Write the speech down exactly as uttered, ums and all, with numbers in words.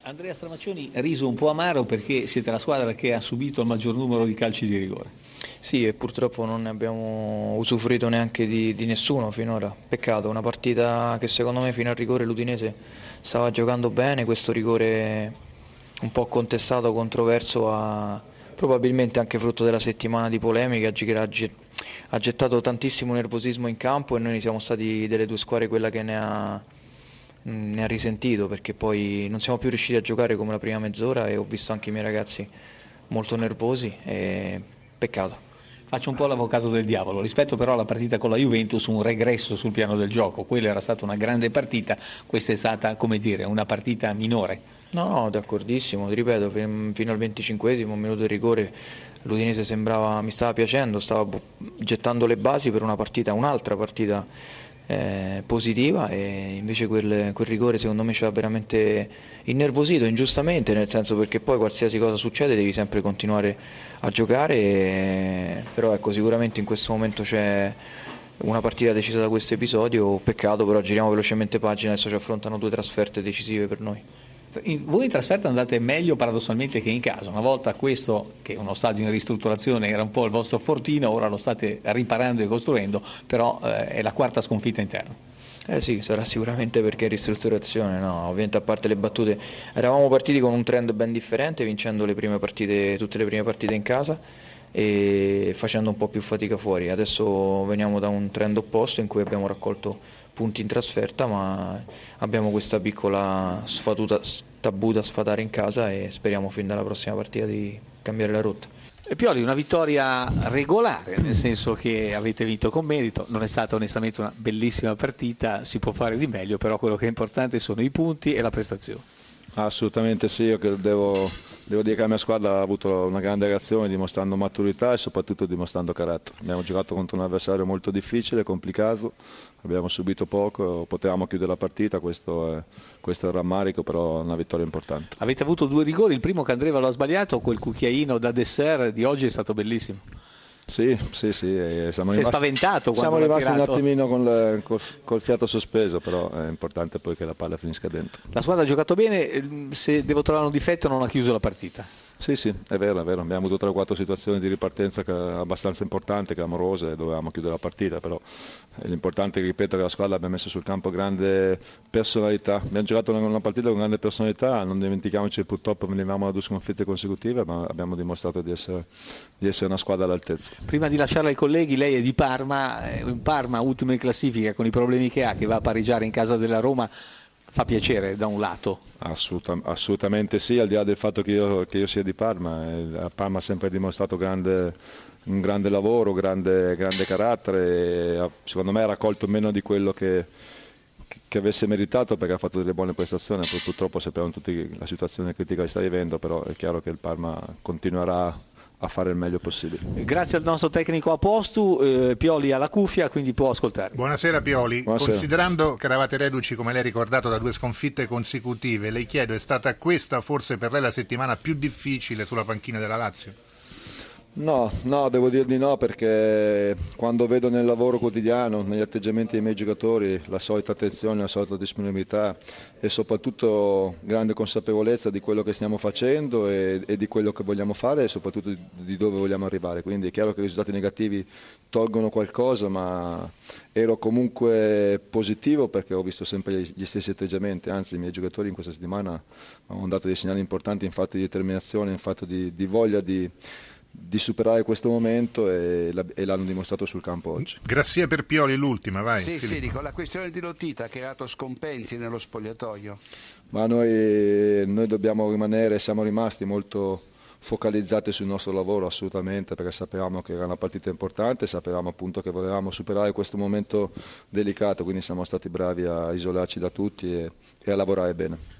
Andrea Stramaccioni, riso un po' amaro perché siete la squadra che ha subito il maggior numero di calci di rigore. Sì, e purtroppo non ne abbiamo usufruito neanche di, di nessuno finora. Peccato, una partita che secondo me fino al rigore l'Udinese stava giocando bene, questo rigore un po' contestato, controverso, ha, probabilmente anche frutto della settimana di polemiche, ha, gi- ha ge- ha gettato tantissimo nervosismo in campo e noi siamo stati delle due squadre quella che ne ha, ne ha risentito, perché poi non siamo più riusciti a giocare come la prima mezz'ora e ho visto anche i miei ragazzi molto nervosi e peccato. Faccio un po' l'avvocato del diavolo, rispetto però alla partita con la Juventus, un regresso sul piano del gioco. Quella era stata una grande partita, questa è stata, come dire, una partita minore. No, no, d'accordissimo, ti ripeto, fin- fino al venticinquesimo, un minuto di rigore, l'Udinese sembrava, mi stava piacendo, stava bu- gettando le basi per una partita, un'altra partita eh, positiva, e invece quel, quel rigore secondo me ci ha veramente innervosito, ingiustamente, nel senso, perché poi qualsiasi cosa succede devi sempre continuare a giocare, e- però ecco, sicuramente in questo momento c'è una partita decisa da questo episodio, peccato, però giriamo velocemente pagina, adesso ci affrontano due trasferte decisive per noi. In- voi in trasferta andate meglio paradossalmente che in casa. Una volta questo, che è uno stadio in ristrutturazione, era un po' il vostro fortino, ora lo state riparando e costruendo, però eh, è la quarta sconfitta interna. Eh sì, sarà sicuramente perché è ristrutturazione, no? Ovviamente, a parte le battute, eravamo partiti con un trend ben differente, vincendo le prime partite, tutte le prime partite in casa e facendo un po' più fatica fuori. Adesso veniamo da un trend opposto in cui abbiamo raccolto punti in trasferta, ma abbiamo questa piccola sfatuta, tabù da sfatare in casa e speriamo fin dalla prossima partita di cambiare la rotta. E Pioli, una vittoria regolare, nel senso che avete vinto con merito, non è stata onestamente una bellissima partita, si può fare di meglio, però quello che è importante sono i punti e la prestazione. Assolutamente sì, io che devo, devo dire che la mia squadra ha avuto una grande reazione dimostrando maturità e soprattutto dimostrando carattere. Abbiamo giocato contro un avversario molto difficile, complicato, abbiamo subito poco, potevamo chiudere la partita, questo è, questo è il rammarico, però è una vittoria importante. Avete avuto due rigori, il primo che Andrea lo ha sbagliato, quel cucchiaino da dessert di oggi è stato bellissimo. Sì, sì, sì, eh, siamo Si è rimasti, spaventato quando siamo l'ha rimasti un tirato. attimino con le- col, col fiato sospeso, però è importante poi che la palla finisca dentro. La squadra ha giocato bene, ehm, se devo trovare un difetto non ha chiuso la partita. Sì, sì, è vero, è vero, abbiamo avuto tre o quattro situazioni di ripartenza che- abbastanza importanti, clamorose, e dovevamo chiudere la partita, però eh, l'importante è, ripeto, che la squadra abbia messo sul campo grande personalità. Abbiamo giocato una, una partita con grande personalità, non dimentichiamoci che purtroppo venivamo da due sconfitte consecutive, ma abbiamo dimostrato di essere, di essere una squadra all'altezza. Prima di lasciarla ai colleghi, lei è di Parma, eh, in Parma ultima in classifica con i problemi che ha, che va a pareggiare in casa della Roma, fa piacere da un lato. Assoluta- assolutamente sì, al di là del fatto che io, che io sia di Parma, eh, la Parma ha sempre dimostrato grande, un grande lavoro, grande, grande carattere, e ha- secondo me ha raccolto meno di quello che, che avesse meritato perché ha fatto delle buone prestazioni, poi purtroppo sappiamo tutti la situazione critica che sta vivendo, però è chiaro che il Parma continuerà a fare il meglio possibile. Grazie al nostro tecnico Apostu, eh, Pioli alla cuffia, quindi può ascoltare. Buonasera Pioli, Buonasera. considerando che eravate reduci, come lei ha ricordato, da due sconfitte consecutive, le chiedo, è stata questa forse per lei la settimana più difficile sulla panchina della Lazio? No, no, devo dir di no perché quando vedo nel lavoro quotidiano, negli atteggiamenti dei miei giocatori, la solita attenzione, la solita disponibilità e soprattutto grande consapevolezza di quello che stiamo facendo e, e di quello che vogliamo fare e soprattutto di, di dove vogliamo arrivare. Quindi è chiaro che i risultati negativi tolgono qualcosa, ma ero comunque positivo perché ho visto sempre gli, gli stessi atteggiamenti, anzi i miei giocatori in questa settimana hanno dato dei segnali importanti in fatto di determinazione, in fatto di, di voglia di di superare questo momento e, la- e l'hanno dimostrato sul campo oggi. Grazie per Pioli, l'ultima, vai. Sì, Filippo. sì, dico, la questione di Lotita ha creato scompensi nello spogliatoio. Ma noi, noi dobbiamo rimanere, siamo rimasti molto focalizzati sul nostro lavoro assolutamente perché sapevamo che era una partita importante, sapevamo appunto che volevamo superare questo momento delicato, quindi siamo stati bravi a isolarci da tutti e, e a lavorare bene.